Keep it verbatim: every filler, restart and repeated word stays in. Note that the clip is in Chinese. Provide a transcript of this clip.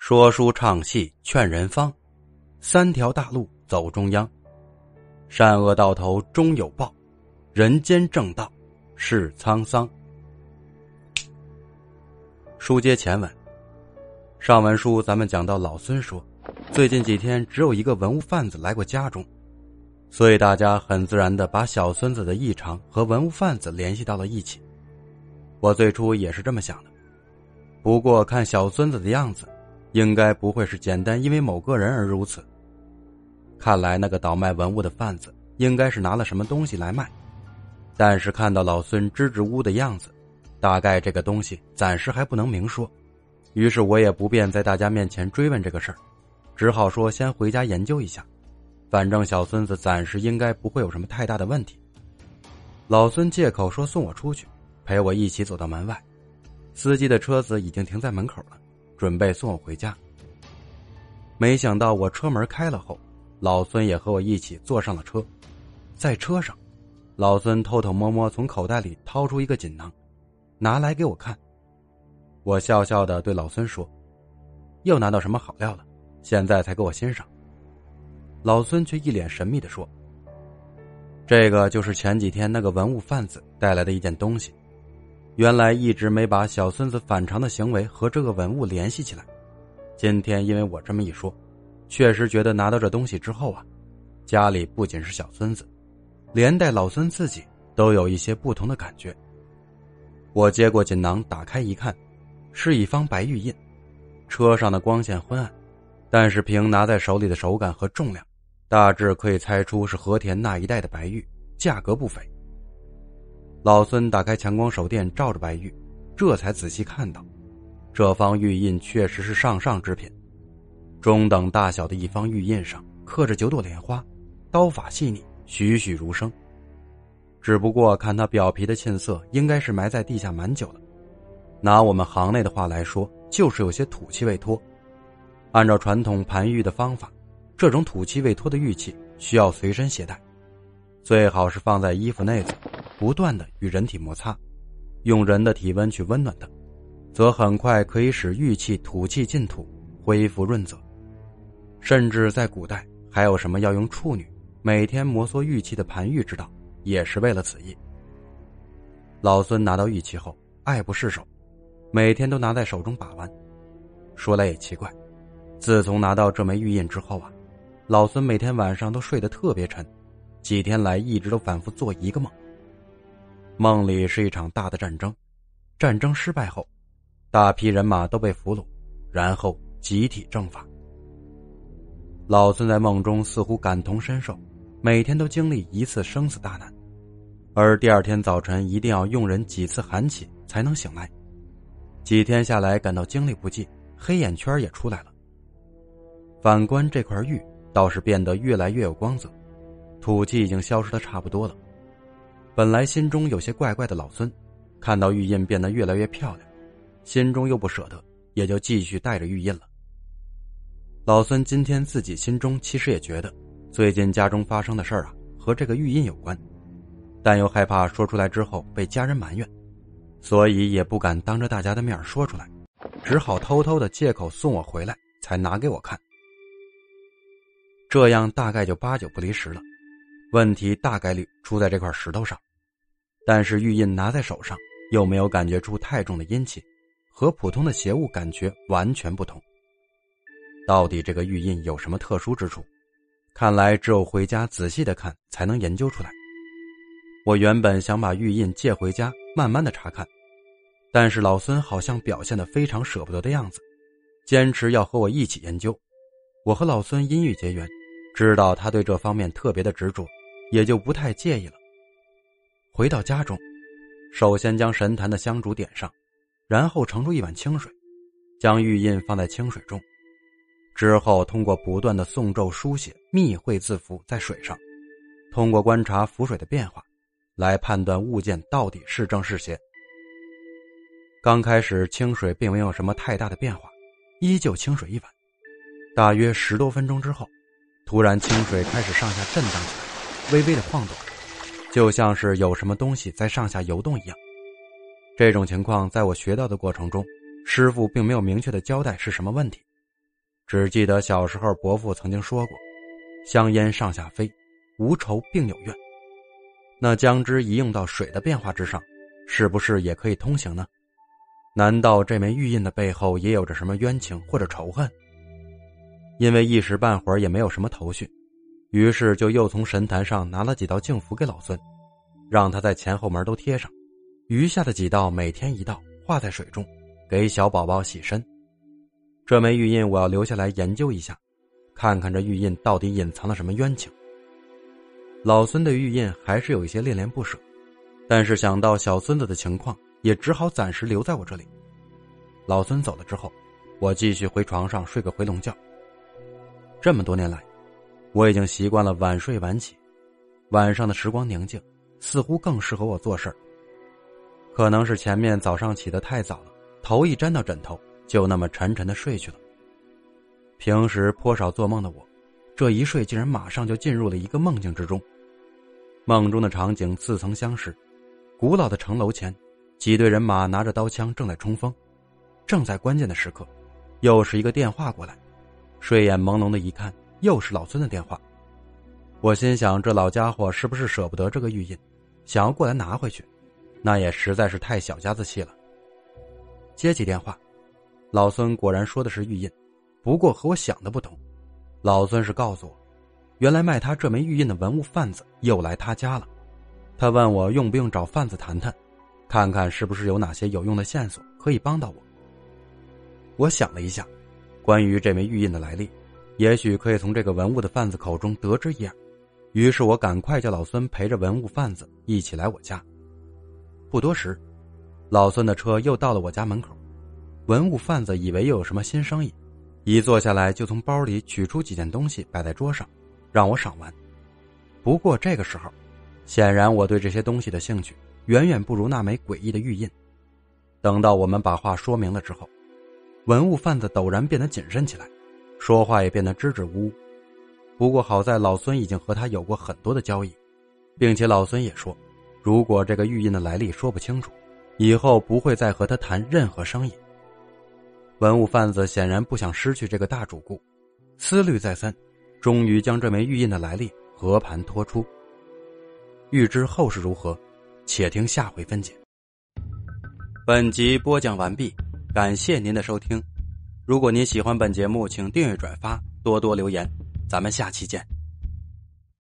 说书唱戏劝人方，三条大路走中央。善恶到头终有报，人间正道是沧桑。书接前文，上文书咱们讲到老孙说，最近几天只有一个文物贩子来过家中，所以大家很自然地把小孙子的异常和文物贩子联系到了一起。我最初也是这么想的，不过看小孙子的样子，应该不会是简单因为某个人而如此。看来那个倒卖文物的贩子应该是拿了什么东西来卖，但是看到老孙支支吾吾的样子，大概这个东西暂时还不能明说。于是我也不便在大家面前追问这个事儿，只好说先回家研究一下，反正小孙子暂时应该不会有什么太大的问题。老孙借口说送我出去，陪我一起走到门外，司机的车子已经停在门口了，准备送我回家。没想到我车门开了后，老孙也和我一起坐上了车。在车上，老孙偷偷摸摸从口袋里掏出一个锦囊，拿来给我看。我笑笑地对老孙说，又拿到什么好料了，现在才给我欣赏。老孙却一脸神秘地说，这个就是前几天那个文物贩子带来的一件东西，原来一直没把小孙子反常的行为和这个文物联系起来，今天因为我这么一说，确实觉得拿到这东西之后啊，家里不仅是小孙子，连带老孙自己都有一些不同的感觉。我接过锦囊打开一看，是一方白玉印，车上的光线昏暗，但是凭拿在手里的手感和重量，大致可以猜出是和田那一带的白玉，价格不菲。老孙打开强光手电照着白玉，这才仔细看到，这方玉印确实是上上之品。中等大小的一方玉印上刻着九朵莲花，刀法细腻，栩栩如生。只不过看它表皮的沁色，应该是埋在地下蛮久了。拿我们行内的话来说，就是有些土气未脱。按照传统盘玉的方法，这种土气未脱的玉器需要随身携带，最好是放在衣服内子，不断的与人体摩擦，用人的体温去温暖它，则很快可以使玉器土气进土，恢复润泽。甚至在古代还有什么要用处女每天摩挲玉器的盘玉之道，也是为了此意。老孙拿到玉器后爱不释手，每天都拿在手中把玩。说来也奇怪，自从拿到这枚玉印之后啊，老孙每天晚上都睡得特别沉，几天来一直都反复做一个梦。梦里是一场大的战争，战争失败后，大批人马都被俘虏，然后集体正法。老孙在梦中似乎感同身受，每天都经历一次生死大难，而第二天早晨一定要用人几次喊起才能醒来。几天下来感到精力不济，黑眼圈也出来了。反观这块玉倒是变得越来越有光泽，土气已经消失得差不多了。本来心中有些怪怪的老孙，看到玉印变得越来越漂亮，心中又不舍得，也就继续带着玉印了。老孙今天自己心中其实也觉得，最近家中发生的事儿啊，和这个玉印有关，但又害怕说出来之后被家人埋怨，所以也不敢当着大家的面说出来，只好偷偷的借口送我回来，才拿给我看。这样大概就八九不离十了，问题大概率出在这块石头上。但是玉印拿在手上，又没有感觉出太重的阴气，和普通的邪物感觉完全不同。到底这个玉印有什么特殊之处？看来只有回家仔细的看才能研究出来。我原本想把玉印借回家慢慢的查看，但是老孙好像表现得非常舍不得的样子，坚持要和我一起研究。我和老孙因遇结缘，知道他对这方面特别的执着，也就不太介意了。回到家中，首先将神坛的香烛点上，然后盛出一碗清水，将玉印放在清水中，之后通过不断的诵咒书写密会字符在水上，通过观察浮水的变化来判断物件到底是正是邪。刚开始清水并没有什么太大的变化，依旧清水一碗。大约十多分钟之后，突然清水开始上下震荡起来，微微的晃动，就像是有什么东西在上下游动一样。这种情况在我学到的过程中，师父并没有明确的交代是什么问题， 只记得小时候伯父曾经说过，香烟上下飞，无仇并有怨。那将之移用到水的变化之上，是不是也可以通行呢？难道这枚玉印的背后也有着什么冤情或者仇恨？因为一时半会儿也没有什么头绪，于是就又从神坛上拿了几道净符给老孙，让他在前后门都贴上，余下的几道每天一道，化在水中，给小宝宝洗身。这枚玉印我要留下来研究一下，看看这玉印到底隐藏了什么冤情。老孙对玉印还是有一些恋恋不舍，但是想到小孙子的情况，也只好暂时留在我这里。老孙走了之后，我继续回床上睡个回笼觉。这么多年来，我已经习惯了晚睡晚起，晚上的时光宁静，似乎更适合我做事儿。可能是前面早上起得太早了，头一沾到枕头，就那么沉沉的睡去了。平时颇少做梦的我，这一睡竟然马上就进入了一个梦境之中。梦中的场景似曾相识，古老的城楼前，几队人马拿着刀枪正在冲锋。正在关键的时刻，又是一个电话过来，睡眼朦胧的一看，又是老孙的电话。我心想，这老家伙是不是舍不得这个玉印，想要过来拿回去，那也实在是太小家子气了。接起电话，老孙果然说的是玉印，不过和我想的不同。老孙是告诉我，原来卖他这枚玉印的文物贩子又来他家了。他问我用不用找贩子谈谈，看看是不是有哪些有用的线索可以帮到我。我想了一下，关于这枚玉印的来历，也许可以从这个文物的贩子口中得知一二。于是我赶快叫老孙陪着文物贩子一起来我家。不多时，老孙的车又到了我家门口。文物贩子以为又有什么新生意，一坐下来就从包里取出几件东西摆在桌上，让我赏玩。不过这个时候，显然我对这些东西的兴趣远远不如那枚诡异的玉印。等到我们把话说明了之后，文物贩子陡然变得谨慎起来，说话也变得支支吾吾。不过好在老孙已经和他有过很多的交易，并且老孙也说，如果这个玉印的来历说不清楚，以后不会再和他谈任何生意。文物贩子显然不想失去这个大主顾，思虑再三，终于将这枚玉印的来历和盘托出。欲知后事如何，且听下回分解。本集播讲完毕，感谢您的收听。如果您喜欢本节目，请订阅转发，多多留言，咱们下期见。